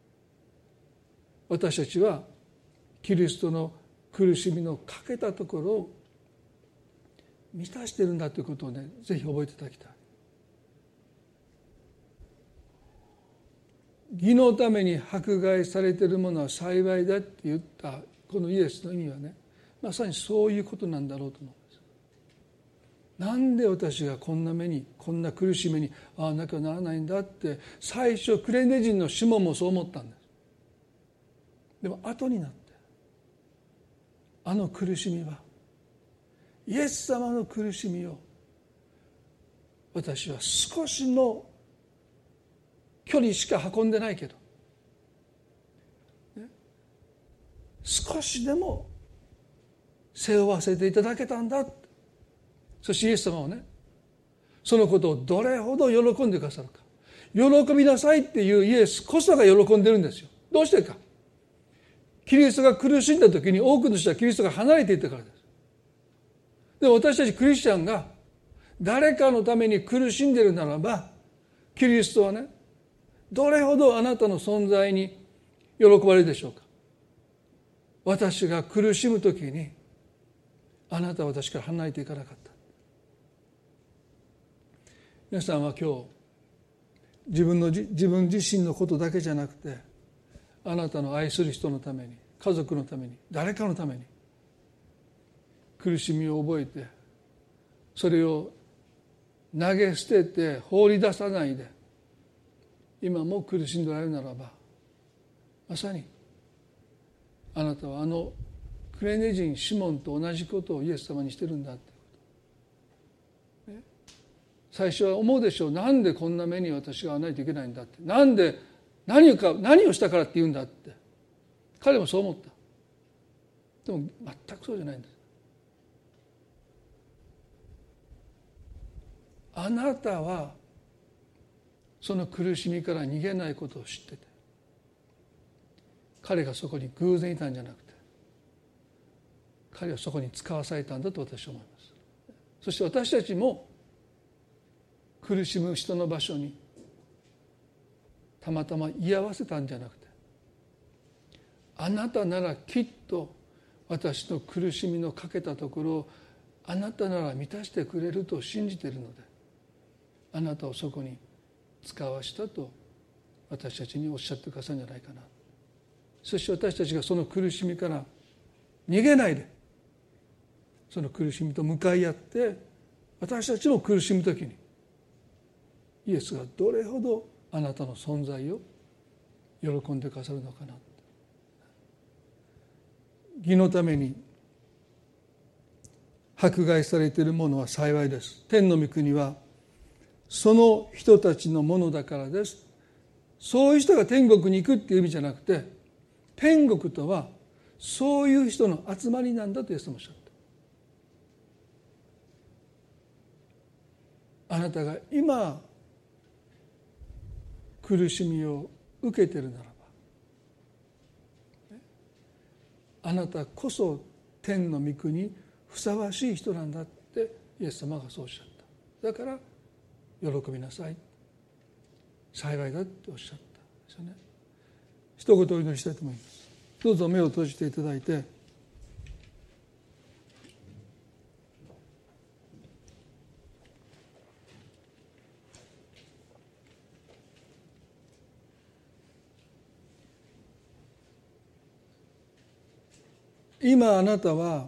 私たちはキリストの苦しみの欠けたところを満たしているんだということをね、ぜひ覚えていただきたい。義のために迫害されているものは幸いだって言ったこのイエスの意味はね、まさにそういうことなんだろうと思うんです。なんで私がこんな目に、こんな苦しい目に遭わなきゃならないんだって、最初クレネ人のシモンもそう思ったんです。でも後になって、あの苦しみはイエス様の苦しみを私は少しの距離しか運んでないけど、ね、少しでも背負わせていただけたんだ。そしてイエス様はね、そのことをどれほど喜んでくださるか。喜びなさいっていうイエスこそが喜んでるんですよ。どうしてか。キリストが苦しんだ時に多くの人はキリストが離れていったからです。で、私たちクリスチャンが誰かのために苦しんでいるならば、キリストはね、どれほどあなたの存在に喜ばれるでしょうか。 私が苦しむときにあなたは私から離れていかなかった。皆さんは今日自分の自分自身のことだけじゃなくて、あなたの愛する人のために、家族のために、誰かのために苦しみを覚えて、それを投げ捨てて放り出さないで今も苦しんでおられるならば、まさにあなたはあのクレネ人シモンと同じことをイエス様にしてるんだってこと、ね、最初は思うでしょう。なんでこんな目に私が遭わないといけないんだって、なんで何か何をしたからって言うんだって、彼もそう思った。でも全くそうじゃないんです。あなたはその苦しみから逃げないことを知ってて、彼がそこに偶然いたんじゃなくて、彼はそこに使わされたんだと私は思います。そして私たちも苦しむ人の場所にたまたま居合わせたんじゃなくて、あなたならきっと私の苦しみのかけたところをあなたなら満たしてくれると信じているので、あなたをそこに使わしたと私たちにおっしゃってくださるんじゃないかな。そして私たちがその苦しみから逃げないで、その苦しみと向かい合って、私たちも苦しむときにイエスがどれほどあなたの存在を喜んでくださるのかな。義のために迫害されているものは幸いです。天の御国はその人たちのものだからです。そういう人が天国に行くっていう意味じゃなくて、天国とはそういう人の集まりなんだとイエスもおっしゃった。あなたが今苦しみを受けているならば、あなたこそ天の御国にふさわしい人なんだってイエス様がそうおっしゃった。だから喜びなさい、幸いだっておっしゃったんですよね。一言お祈りしたいと思います。どうぞ目を閉じていただいて、今あなたは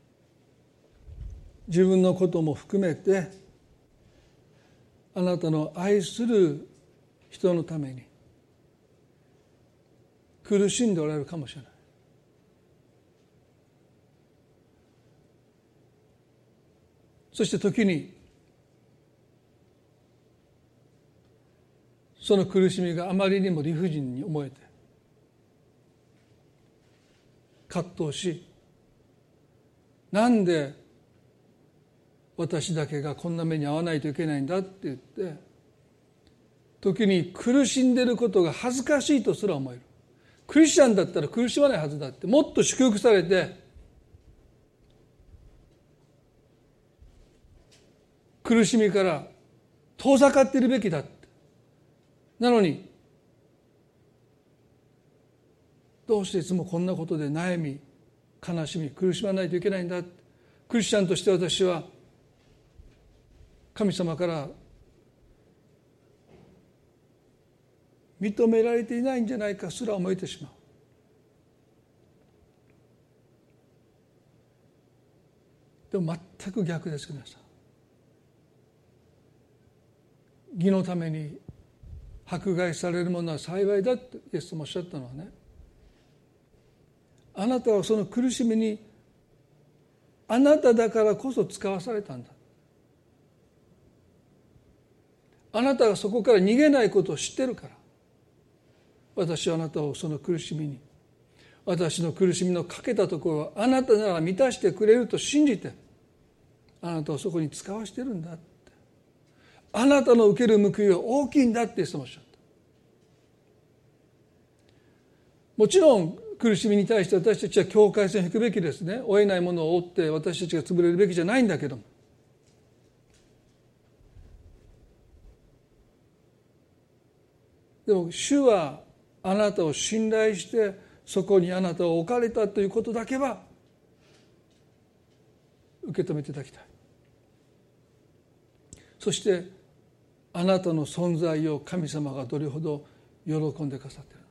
自分のことも含めてあなたの愛する人のために苦しんでおられるかもしれない。そして時にその苦しみがあまりにも理不尽に思えて葛藤し、なんで私だけがこんな目に遭わないといけないんだって言って、時に苦しんでいることが恥ずかしいとすら思える。クリスチャンだったら苦しまないはずだって、もっと祝福されて苦しみから遠ざかっているべきだって。なのにどうしていつもこんなことで悩み悲しみ苦しまないといけないんだって。クリスチャンとして私は神様から認められていないんじゃないかすら思えてしまう。でも全く逆です。皆さん、義のために迫害されるものは幸いだってイエスもおっしゃったのはね、あなたはその苦しみにあなただからこそ使わされたんだ。あなたがそこから逃げないことを知ってるから、私はあなたをその苦しみに、私の苦しみのかけたところをあなたなら満たしてくれると信じて、あなたをそこに使わしてるんだって。あなたの受ける報いは大きいんだってそうおっしゃった。もちろん苦しみに対して私たちは境界線を引くべきですね。負えないものを負って私たちが潰れるべきじゃないんだけども、でも主はあなたを信頼してそこにあなたを置かれたということだけは受け止めていただきたい。そしてあなたの存在を神様がどれほど喜んでくださっている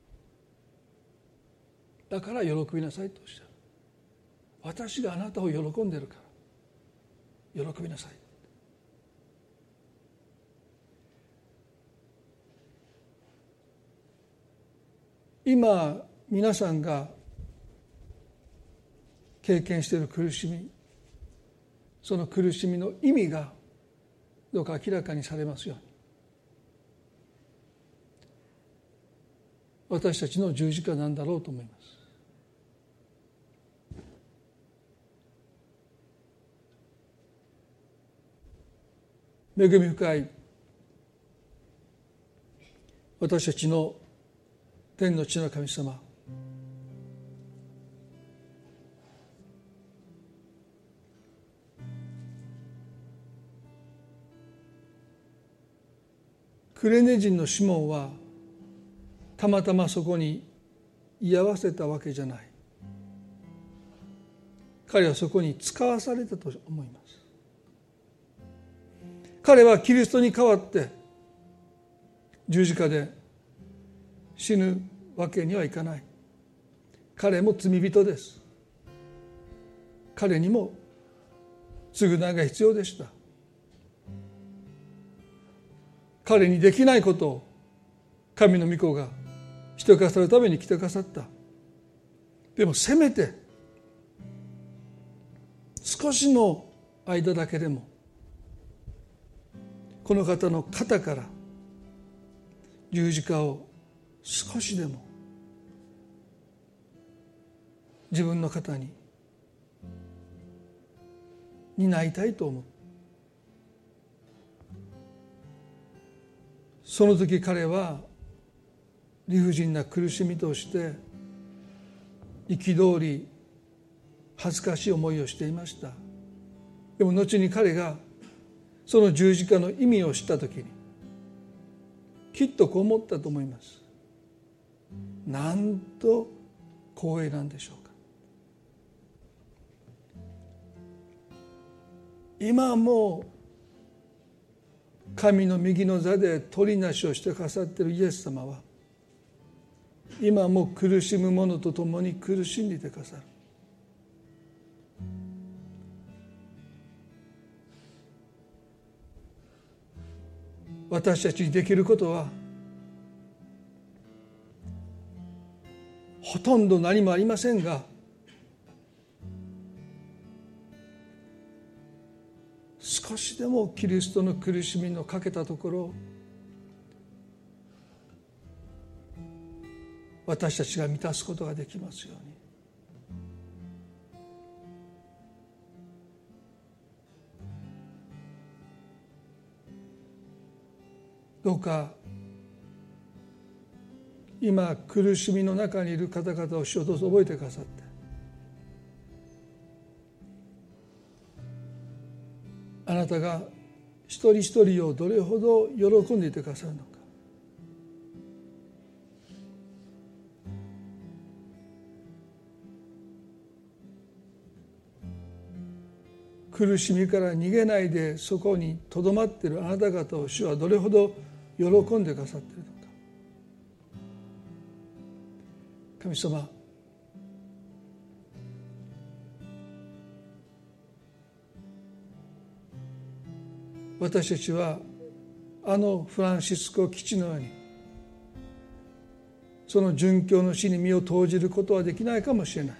のか。だから喜びなさいとおっしゃる。私があなたを喜んでいるから喜びなさい。今皆さんが経験している苦しみ、その苦しみの意味がどうか明らかにされますように。私たちの十字架なんだろうと思います。恵み深い私たちの天の地の神様、クレネ人のシモンはたまたまそこに居合わせたわけじゃない。彼はそこに使わされたと思います。彼はキリストに代わって十字架で死ぬわけにはいかない。彼も罪人です。彼にも償いが必要でした。彼にできないことを神の御子がしてくださるために来てくださった。でもせめて少しの間だけでもこの方の肩から十字架を少しでも自分の肩に担いたいと思う。その時彼は理不尽な苦しみとして憤り恥ずかしい思いをしていました。でも後に彼がその十字架の意味を知った時にきっとこう思ったと思います。なんと光栄なんでしょうか。今も神の右の座で取りなしをしてくださっているイエス様は今も苦しむ者と共に苦しんでいてくださる。私たちにできることはほとんど何もありませんが、少しでもキリストの苦しみのかけたところを私たちが満たすことができますように。どうか今苦しみの中にいる方々を主をどうぞ覚えてくださって、あなたが一人一人をどれほど喜んでいてくださるのか、苦しみから逃げないでそこにとどまっているあなた方を主はどれほど喜んでくださっているのか。神様、私たちはあのフランシスコ基地のようにその殉教の死に身を投じることはできないかもしれない。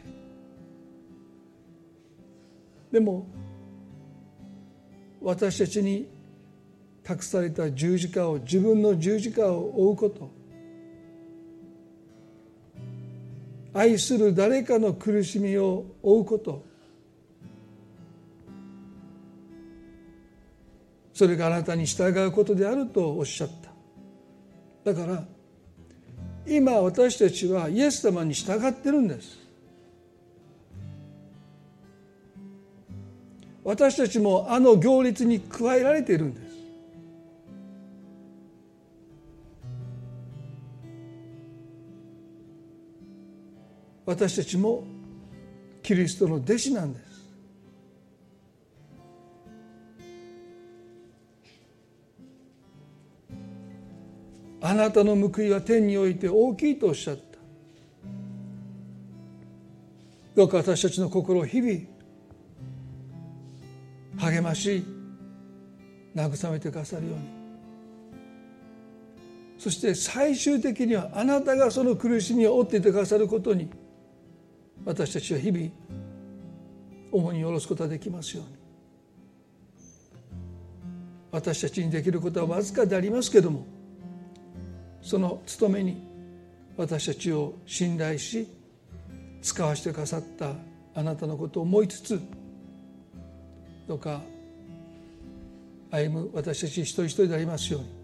でも私たちに託された十字架を、自分の十字架を追うこと、愛する誰かの苦しみを追うこと、それがあなたに従うことであるとおっしゃった。だから今私たちはイエス様に従ってるんです。私たちもあの行列に加えられているんです。 私たちもキリストの弟子なんです。あなたの報いは天において大きいとおっしゃった。どうか私たちの心を日々励まし慰めてくださるように、そして最終的にはあなたがその苦しみを負っていてくださることに私たちは日々重荷を下ろすことができますように。私たちにできることはわずかでありますけれども、その務めに私たちを信頼し使わせてくださったあなたのことを思いつつ、どうか歩む私たち一人一人でありますように。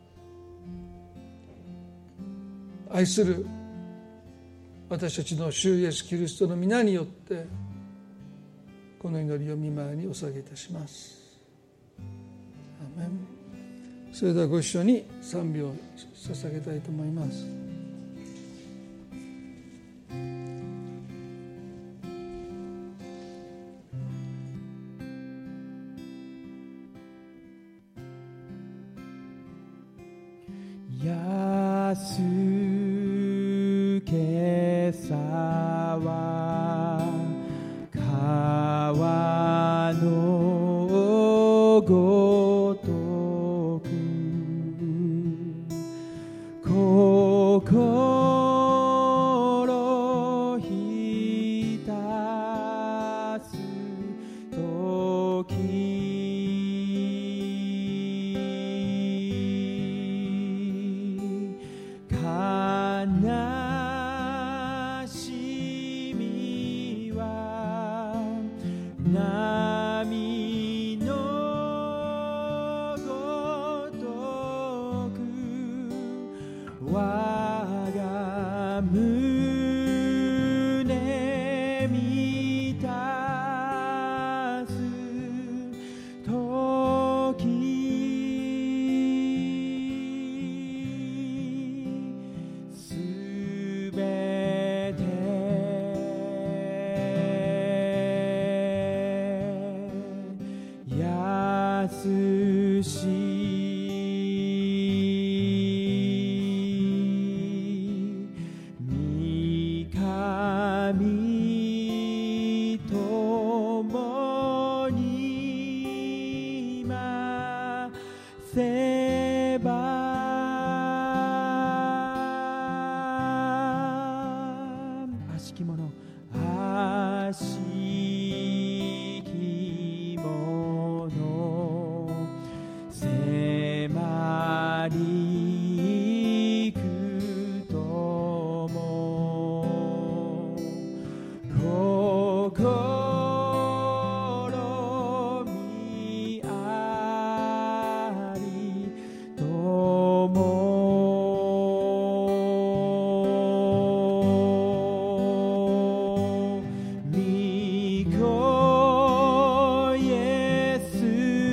愛する私たちの主イエスキリストの皆によってこの祈りを御前にお捧げいたします。アーメン。それではご一緒に賛美を捧げたいと思います。 安けさは川のごとく、心ひたすとき、悲しみは波のごとく、我が胸満たすとき、すべて安し御神ともにませば、悪しき者悪しき者迫りくとも、心みありとも、御子イエス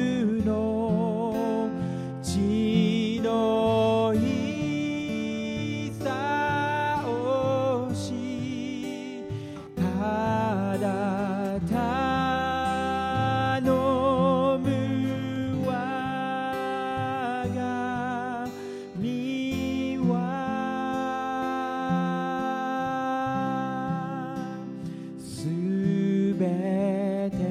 の血のいさをしただ頼む我が身は、すべて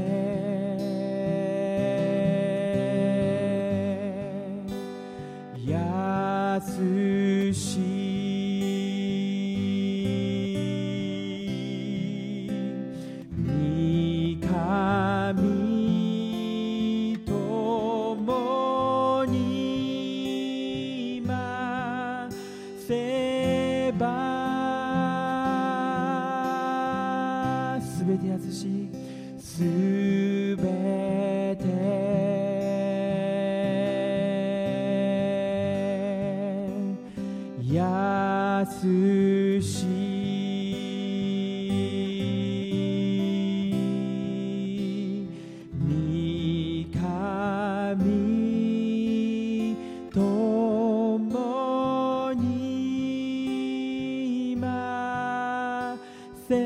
安し御神ともにませば、すべて安しすべて安し御神ともにませ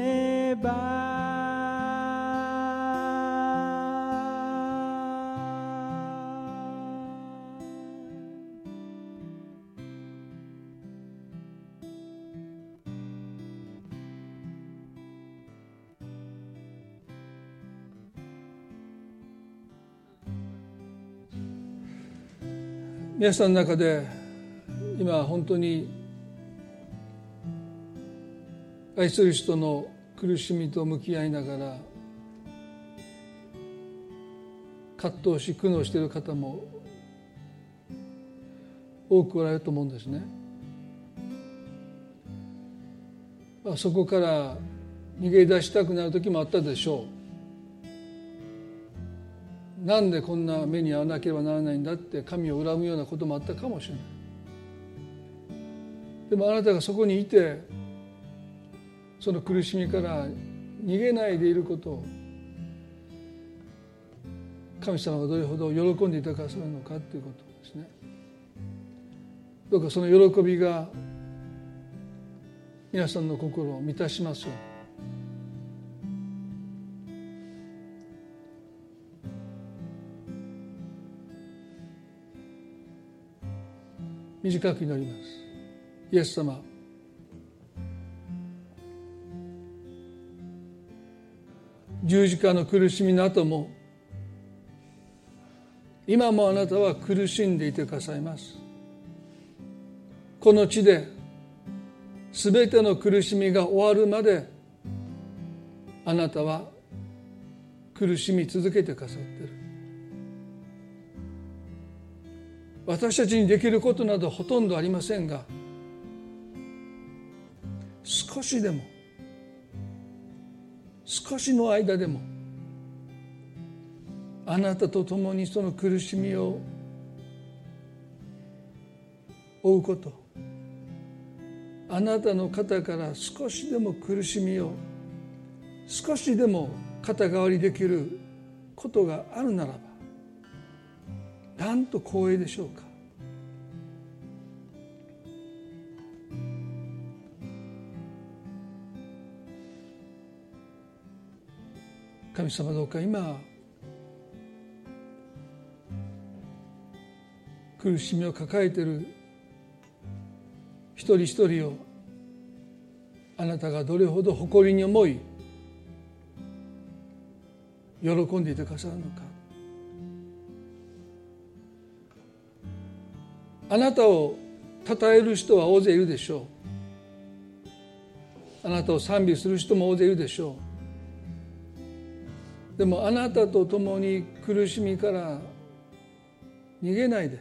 皆さんの中で今本当に愛する人の苦しみと向き合いながら葛藤し苦悩している方も多くおられると思うんですね。そこから逃げ出したくなる時もあったでしょう。なんでこんな目に遭わなければならないんだって神を恨むようなこともあったかもしれない。でもあなたがそこにいてその苦しみから逃げないでいることを神様がどれほど喜んでいてくださるのかということですね。どうかその喜びが皆さんの心を満たしますように。短く祈ります。イエス様、十字架の苦しみの後も今もあなたは苦しんでいてくださいます。この地で全ての苦しみが終わるまであなたは苦しみ続けてくださっている。私たちにできることなどほとんどありませんが、少しでも少しの間でもあなたと共にその苦しみを負うこと、あなたの肩から少しでも苦しみを少しでも肩代わりできることがあるならば、なんと光栄でしょうか。神様、どうか今苦しみを抱えている一人一人をあなたがどれほど誇りに思い喜んでいてくださるのか。あなたを称える人は大勢いるでしょう。あなたを賛美する人も大勢いるでしょう。でもあなたと共に苦しみから逃げないで、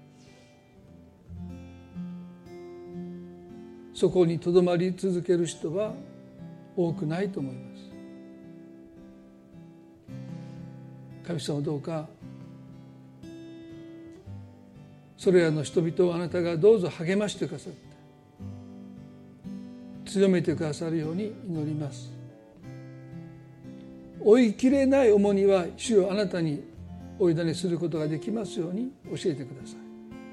そこにとどまり続ける人は多くないと思います。神様、どうかそれらの人々をあなたがどうぞ励ましてくださって強めてくださるように祈ります。追いきれない重荷は主よ、あなたにお委ねすることができますように教えてください。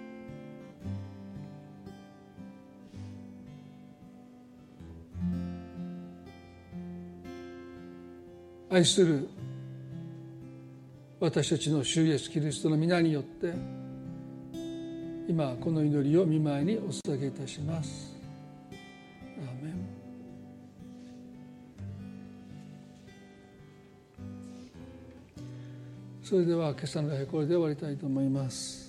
愛する私たちの主イエスキリストの皆によって今この祈りを御前にお捧げいたします。アーメン。それでは今朝の礼拝これで終わりたいと思います。